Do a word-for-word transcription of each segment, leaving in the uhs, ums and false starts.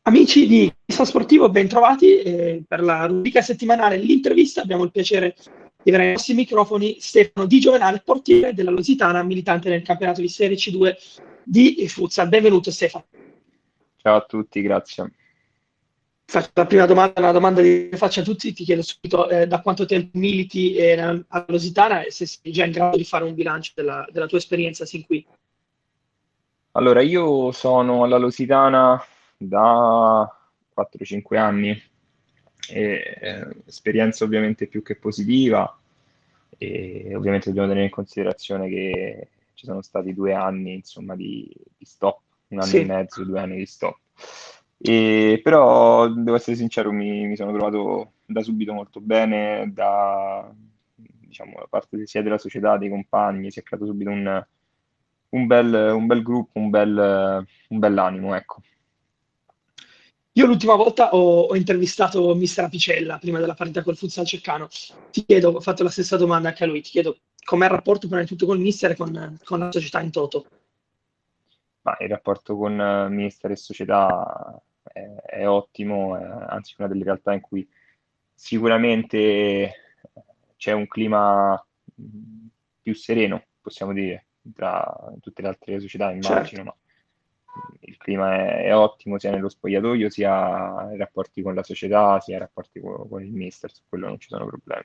Amici di Chissà Sportivo, bentrovati. Eh, per la rubrica settimanale L'intervista abbiamo il piacere di avere ai nostri microfoni Stefano Di Giovenale, portiere della Lusitana, militante nel campionato di Serie C due di futsal. Benvenuto Stefano. Ciao a tutti, grazie. Faccio la prima domanda, una domanda che faccio a tutti, ti chiedo subito eh, da quanto tempo militi eh, alla Lusitana e se sei già in grado di fare un bilancio della, della tua esperienza sin qui. Allora, io sono alla Lusitana da quattro cinque anni, e, eh, esperienza ovviamente più che positiva e ovviamente dobbiamo tenere in considerazione che ci sono stati due anni, insomma, di, di stop, un anno e Sì. mezzo, due anni di stop. E, però, devo essere sincero, mi, mi sono trovato da subito molto bene, da, diciamo, da parte sia della società, dei compagni, si è creato subito un, un bel, un bel gruppo, un bel, un bell'animo, ecco. Io l'ultima volta ho, ho intervistato mister Apicella prima della partita col Futsal Ceccano. Ti chiedo, ho fatto la stessa domanda anche a lui, ti chiedo com'è il rapporto prima di tutto col mister e con, con la società in toto. Ma il rapporto con eh, mister e società è, è ottimo, è anzi una delle realtà in cui sicuramente c'è un clima mh, più sereno, possiamo dire, tra tutte le altre società, Certo. immagino, ma il clima è, è ottimo sia nello spogliatoio, sia nei rapporti con la società, sia nei rapporti con, con il mister, su quello non ci sono problemi.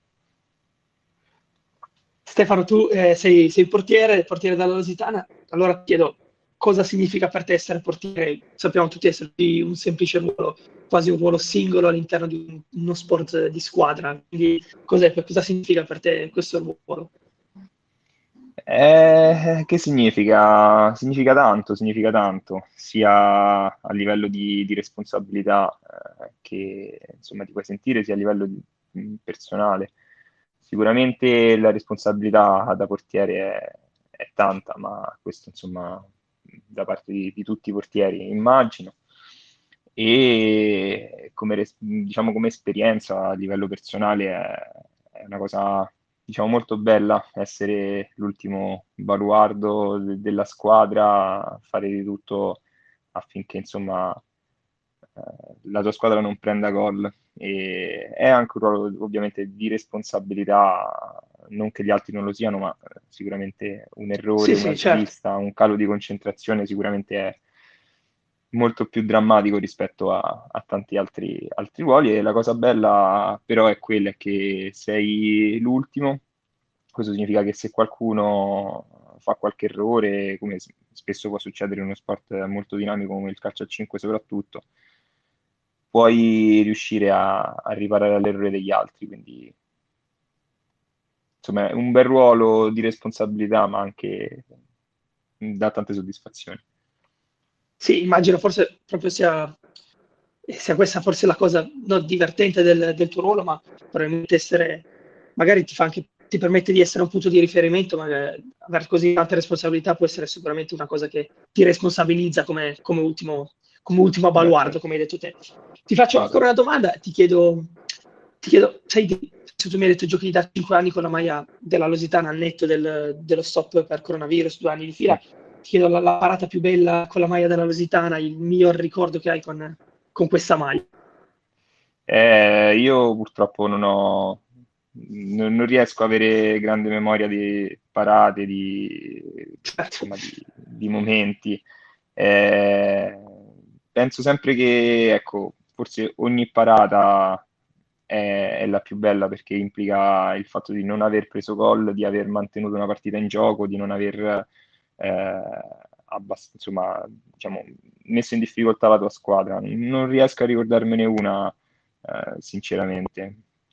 Stefano, tu eh, sei, sei portiere, portiere della Lusitana, allora ti chiedo cosa significa per te essere portiere? Sappiamo tutti essere di un semplice ruolo, quasi un ruolo singolo all'interno di un- uno sport di squadra. Quindi cos'è, cosa significa per te questo ruolo? Eh, che significa? Significa tanto, significa tanto, sia a livello di, di responsabilità eh, che insomma ti puoi sentire, sia a livello di- mh, personale. Sicuramente la responsabilità da portiere è, è tanta, ma questo insomma da parte di, di tutti i portieri immagino. E come, res- diciamo, come esperienza a livello personale è, è una cosa diciamo, molto bella essere l'ultimo baluardo de- della squadra, fare di tutto affinché, insomma, eh, la tua squadra non prenda gol. E è anche un ruolo, ovviamente, di responsabilità, non che gli altri non lo siano, ma eh, sicuramente un errore, Sì, una sì, certo. svista, un calo di concentrazione sicuramente è molto più drammatico rispetto a, a tanti altri, altri ruoli e la cosa bella però è quella che sei l'ultimo, questo significa che se qualcuno fa qualche errore, come s- spesso può succedere in uno sport molto dinamico come il calcio a cinque soprattutto, puoi riuscire a, a riparare all'errore degli altri, quindi insomma è un bel ruolo di responsabilità ma anche dà tante soddisfazioni. Sì, immagino forse proprio sia, sia questa forse la cosa non divertente del, del tuo ruolo, ma probabilmente essere, magari ti fa anche, ti permette di essere un punto di riferimento, ma avere così tante responsabilità può essere sicuramente una cosa che ti responsabilizza come, come ultimo, come ultimo Beh, baluardo, certo, come hai detto te. Ti faccio ancora una esatto. domanda, ti chiedo, ti chiedo, sai, di- se tu mi hai detto giochi da cinque anni con la maglia della Lusitana al netto del- dello stop per coronavirus, due anni di Sì. fila, ti chiedo la, la parata più bella con la maglia della Lusitana, il miglior ricordo che hai con, con questa maglia. Eh, io purtroppo non ho, non, non riesco a avere grande memoria di parate, di, Certo. insomma, di, di momenti. Eh, penso sempre che, ecco, forse ogni parata è, è la più bella perché implica il fatto di non aver preso gol, di aver mantenuto una partita in gioco, di non aver eh, abbast- insomma, diciamo, messo in difficoltà la tua squadra. Non riesco a ricordarmene una, eh, sinceramente.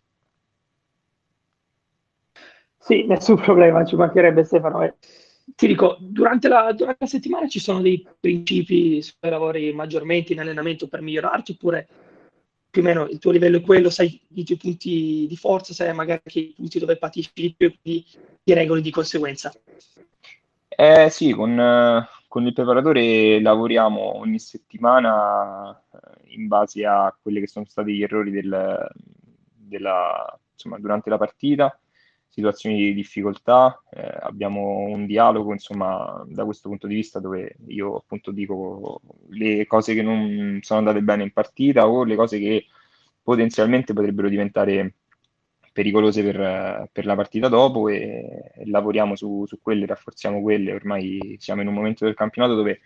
Sì, nessun problema, ci mancherebbe Stefano. Eh, ti dico, durante la, durante la settimana ci sono dei principi su cui lavori maggiormente in allenamento per migliorarti, oppure più o meno il tuo livello è quello, sai i tuoi punti di forza, sai magari che i punti dove patisci di più e quindi ti regoli di conseguenza. Eh sì, con, eh, con il preparatore lavoriamo ogni settimana eh, in base a quelli che sono stati gli errori del- della, insomma, durante la partita situazioni di difficoltà, eh, abbiamo un dialogo, insomma, da questo punto di vista dove io appunto dico le cose che non sono andate bene in partita o le cose che potenzialmente potrebbero diventare pericolose per, per la partita dopo e, e lavoriamo su, su quelle, rafforziamo quelle. Ormai siamo in un momento del campionato dove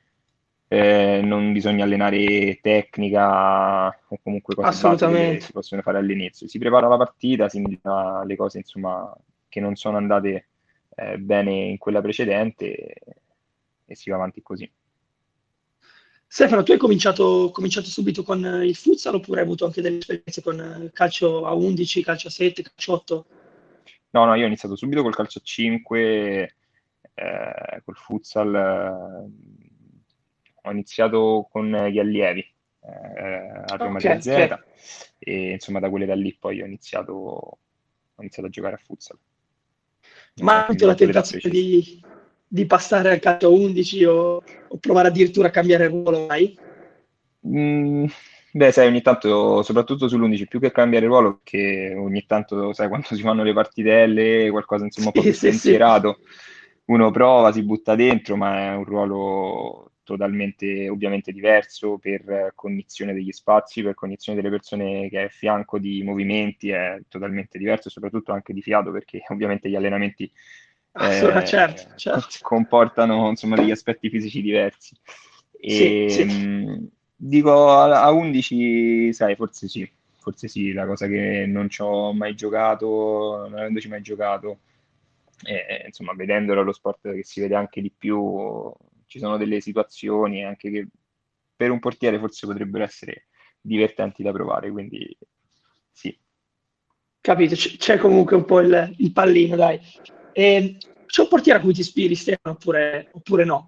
eh, non bisogna allenare tecnica o comunque cose basiche che si Assolutamente. possono fare all'inizio. Si prepara la partita, si indica le cose insomma, che non sono andate eh, bene in quella precedente e, e si va avanti così. Stefano, tu hai cominciato, cominciato subito con eh, il futsal oppure hai avuto anche delle esperienze con eh, calcio a undici, calcio a sette, calcio a otto? No, no, io ho iniziato subito col calcio a cinque, eh, col futsal. eh, ho iniziato con gli allievi eh, a Roma Ok, tre ok. Z e insomma da quelle da lì poi ho iniziato, ho iniziato a giocare a futsal. Non Ma ho hai anche avuto la indicato l'età tentazione precisa. di, di passare al calcio a undici o, o provare addirittura a cambiare ruolo mai? Mm, beh, sai, ogni tanto, soprattutto sull'undici, più che cambiare ruolo, perché ogni tanto, sai, quando si fanno le partitelle, qualcosa insomma un po' Sì, più sì, sì. spensierato, uno prova, si butta dentro, ma è un ruolo totalmente, ovviamente diverso per cognizione degli spazi, per cognizione delle persone che è a fianco di movimenti, è totalmente diverso, soprattutto anche di fiato, perché ovviamente gli allenamenti Assolutamente, certo, eh, co- certo. comportano insomma degli aspetti fisici diversi. Sì, E, sì. mh, dico a, a undici, sai, forse sì, forse sì, la cosa che non ci ho mai giocato, non avendoci mai giocato, e, insomma, vedendolo lo sport che si vede anche di più, ci sono delle situazioni anche che per un portiere forse potrebbero essere divertenti da provare, quindi sì. Capito, c- c'è comunque un po' il, il pallino, dai. E c'è un portiere a cui ti ispiri, Stefano, oppure, oppure no?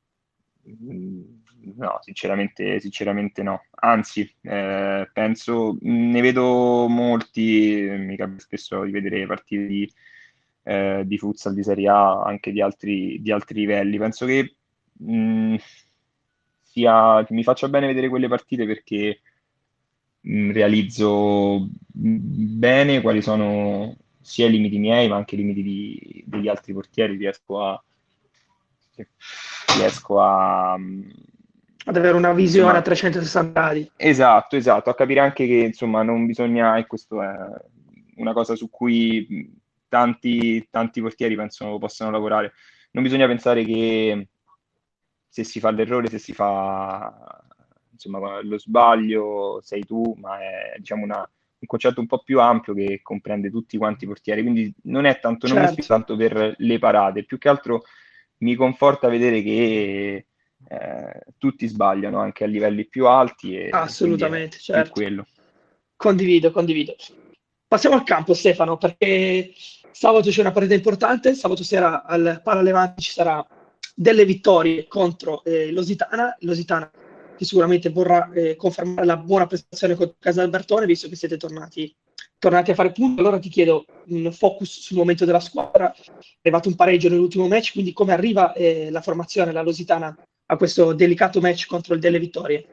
Mm, No, sinceramente, sinceramente no. Anzi, eh, penso, ne vedo molti, mi capita spesso di vedere partite di, eh, di futsal di Serie A, anche di altri, di altri livelli. Penso che mh, sia, mi faccia bene vedere quelle partite perché mh, realizzo bene quali sono sia i limiti miei, ma anche i limiti di- degli altri portieri. Riesco a, sì, riesco a, mh, Ad avere una visione a insomma, trecentosessanta gradi. esatto, esatto, a capire anche che insomma non bisogna, e questo è una cosa su cui mh, tanti, tanti portieri penso possano lavorare, non bisogna pensare che se si fa l'errore, se si fa insomma, lo sbaglio, sei tu, ma è diciamo una- un concetto un po' più ampio che comprende tutti quanti i portieri. Quindi non è tanto, non mi ispiro Certo, tanto per le parate, più che altro mi conforta vedere che eh, tutti sbagliano anche a livelli più alti e quindi è assolutamente, più certo. quello. Condivido, condivido. Passiamo al campo, Stefano, perché sabato c'è una partita importante. Sabato sera al Paralevante ci sarà delle vittorie contro eh, l'Ositana. L'Ositana che sicuramente vorrà eh, confermare la buona prestazione contro Casalbertone, visto che siete tornati, tornati a fare punti. Allora ti chiedo un focus sul momento della squadra. È arrivato un pareggio nell'ultimo match, quindi come arriva eh, la formazione, la Lusitana, a questo delicato match contro il Delle Vittorie?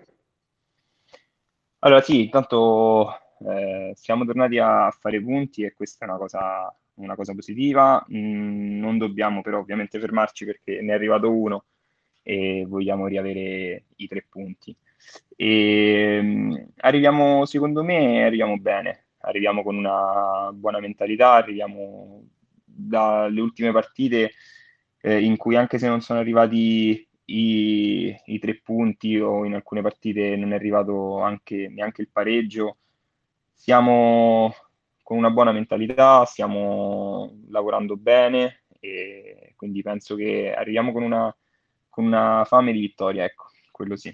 Allora sì, intanto eh, siamo tornati a fare punti e questa è una cosa, una cosa positiva. Mm, non dobbiamo però ovviamente fermarci perché ne è arrivato uno e vogliamo riavere i tre punti. E, mm, arriviamo, secondo me, arriviamo bene, arriviamo con una buona mentalità, arriviamo dalle ultime partite eh, in cui anche se non sono arrivati i, i tre punti o in alcune partite non è arrivato anche, neanche il pareggio, siamo con una buona mentalità, stiamo lavorando bene e quindi penso che arriviamo con una, con una fame di vittoria, ecco, quello sì.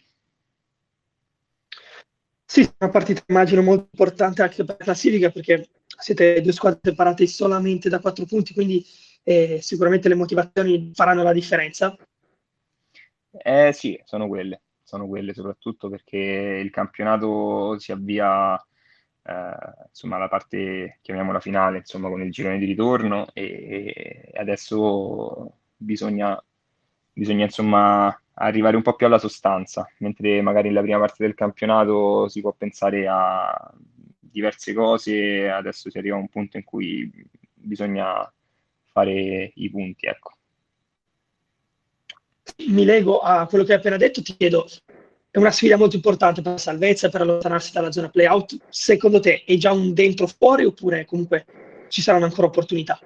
Sì, è una partita immagino molto importante anche per la classifica perché siete due squadre separate solamente da quattro punti, quindi eh, sicuramente le motivazioni faranno la differenza. Eh sì, sono quelle, sono quelle soprattutto perché il campionato si avvia, eh, insomma, alla parte, chiamiamola finale, insomma, con il girone di ritorno e, e adesso bisogna, bisogna, insomma, arrivare un po' più alla sostanza, mentre magari nella prima parte del campionato si può pensare a diverse cose, adesso si arriva a un punto in cui bisogna fare i punti, ecco. Mi lego a quello che hai appena detto, ti chiedo, è una sfida molto importante per la salvezza, per allontanarsi dalla zona playout. Secondo te è già un dentro fuori oppure comunque ci saranno ancora opportunità?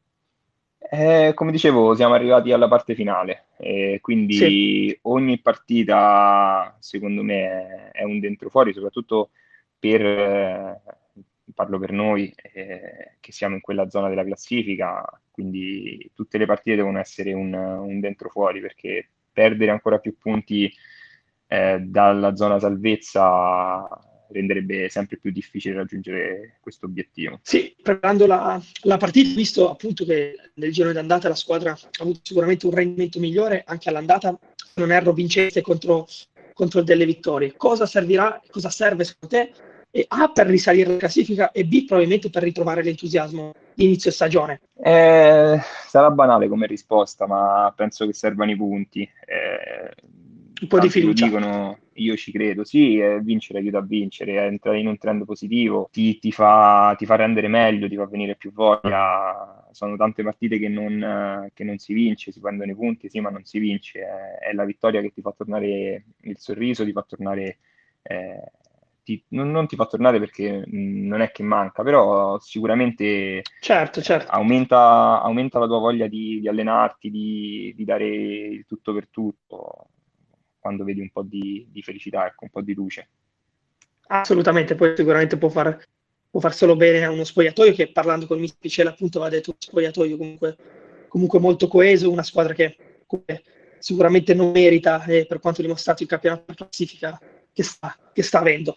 Eh, come dicevo, siamo arrivati alla parte finale, e Sì, quindi ogni partita, secondo me, è, è un dentro fuori, soprattutto per, eh, parlo per noi, eh, che siamo in quella zona della classifica, quindi tutte le partite devono essere un, un dentro fuori, perché perdere ancora più punti, eh, dalla zona salvezza renderebbe sempre più difficile raggiungere questo obiettivo. sì, preparando la, la partita, visto appunto che nel girone d'andata la squadra ha avuto sicuramente un rendimento migliore, anche all'andata, se non erro, vincente contro, contro delle vittorie. Cosa servirà, cosa serve secondo te? E A per risalire la classifica e B probabilmente per ritrovare l'entusiasmo di inizio stagione. Eh, sarà banale come risposta, ma penso che servano i punti. Eh, Un po' di tanti lo fiducia. dicono, io ci credo. Sì, eh, vincere aiuta a vincere, eh, entrare in un trend positivo ti, ti fa, ti fa rendere meglio, ti fa venire più voglia. Sono tante partite che non, eh, che non si vince, si prendono i punti, sì, ma non si vince. Eh, è la vittoria che ti fa tornare il sorriso, ti fa tornare... eh, ti- non, non ti fa tornare perché mh, non è che manca, però sicuramente eh, Certo, certo. aumenta, aumenta la tua voglia di, di allenarti, di, di dare il tutto per tutto, quando vedi un po' di, di felicità, ecco, un po' di luce. Assolutamente, poi sicuramente può far, può far solo bene a uno spogliatoio che parlando con mister Piccella appunto va detto un spogliatoio comunque, comunque molto coeso, una squadra che comunque sicuramente non merita eh, per quanto dimostrato il campionato di classifica che sta, che sta avendo.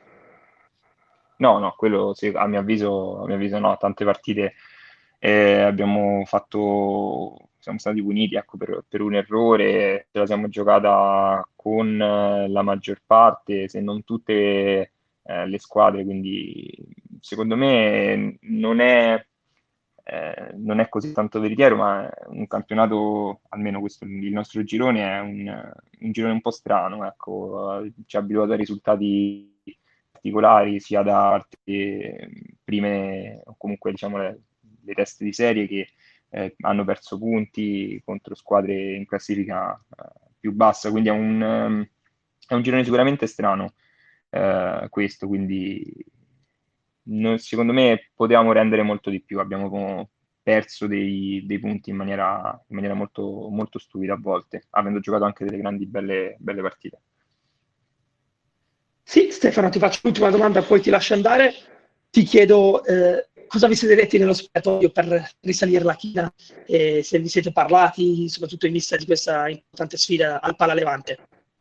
No, no, quello sì, a mio avviso, a mio avviso no, tante partite eh, abbiamo fatto, siamo stati puniti, ecco, per, per un errore, ce la siamo giocata con eh, la maggior parte, se non tutte eh, le squadre, quindi secondo me non è, eh, non è così tanto veritiero, ma è un campionato, almeno questo, il nostro girone è un, un girone un po' strano, ecco, eh, ci ha abituato a risultati particolari sia da parte eh, prime o comunque diciamo le, le teste di serie che eh, hanno perso punti contro squadre in classifica eh, più bassa, quindi è un, ehm, è un girone sicuramente strano eh, questo, quindi noi- secondo me potevamo rendere molto di più, abbiamo perso dei, dei punti in maniera, in maniera molto, molto stupida a volte, avendo giocato anche delle grandi belle, belle partite. Sì, Stefano, ti faccio l'ultima domanda, poi ti lascio andare. Ti chiedo eh, cosa vi siete detti nello spogliatoio per risalire la china e se vi siete parlati, soprattutto in vista di questa importante sfida al Pala Levante.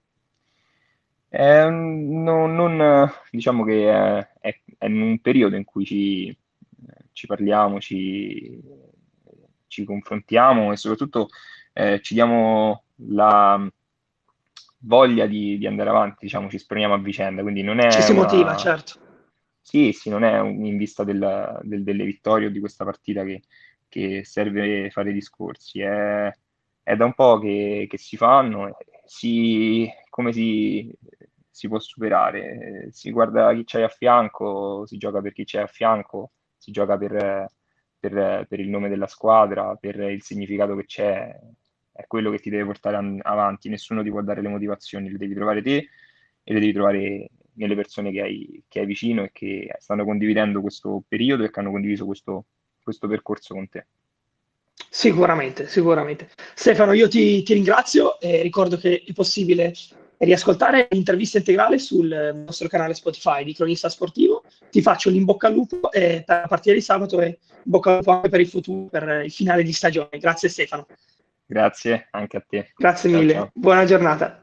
È un- non, non, diciamo che è, è- è in un periodo in cui ci, ci parliamo, ci, ci confrontiamo e soprattutto eh, ci diamo la voglia di, di andare avanti, diciamo, ci sproniamo a vicenda, quindi non Ci è si motiva, una... certo. Sì, sì, non è un- in vista del- del- delle vittorie o di questa partita che, che serve fare discorsi, è, è da un po' che, che si fanno e si, come si, si può superare? Si guarda chi c'hai a fianco, si gioca per chi c'è a fianco, si gioca per, per- per il nome della squadra, per il significato che c'è, è quello che ti deve portare an- avanti, nessuno ti può dare le motivazioni, le devi trovare te e le devi trovare nelle persone che hai, che hai vicino e che stanno condividendo questo periodo e che hanno condiviso questo, questo percorso con te. Sicuramente, sicuramente. Stefano, io ti, ti ringrazio e ricordo che è possibile riascoltare l'intervista integrale sul nostro canale Spotify di Cronista Sportivo. Ti faccio l'in bocca al lupo eh, per la partita di sabato e in bocca al lupo anche per il futuro, per il finale di stagione. Grazie Stefano. Grazie anche a te. Grazie Ciao mille. ciao. Buona giornata.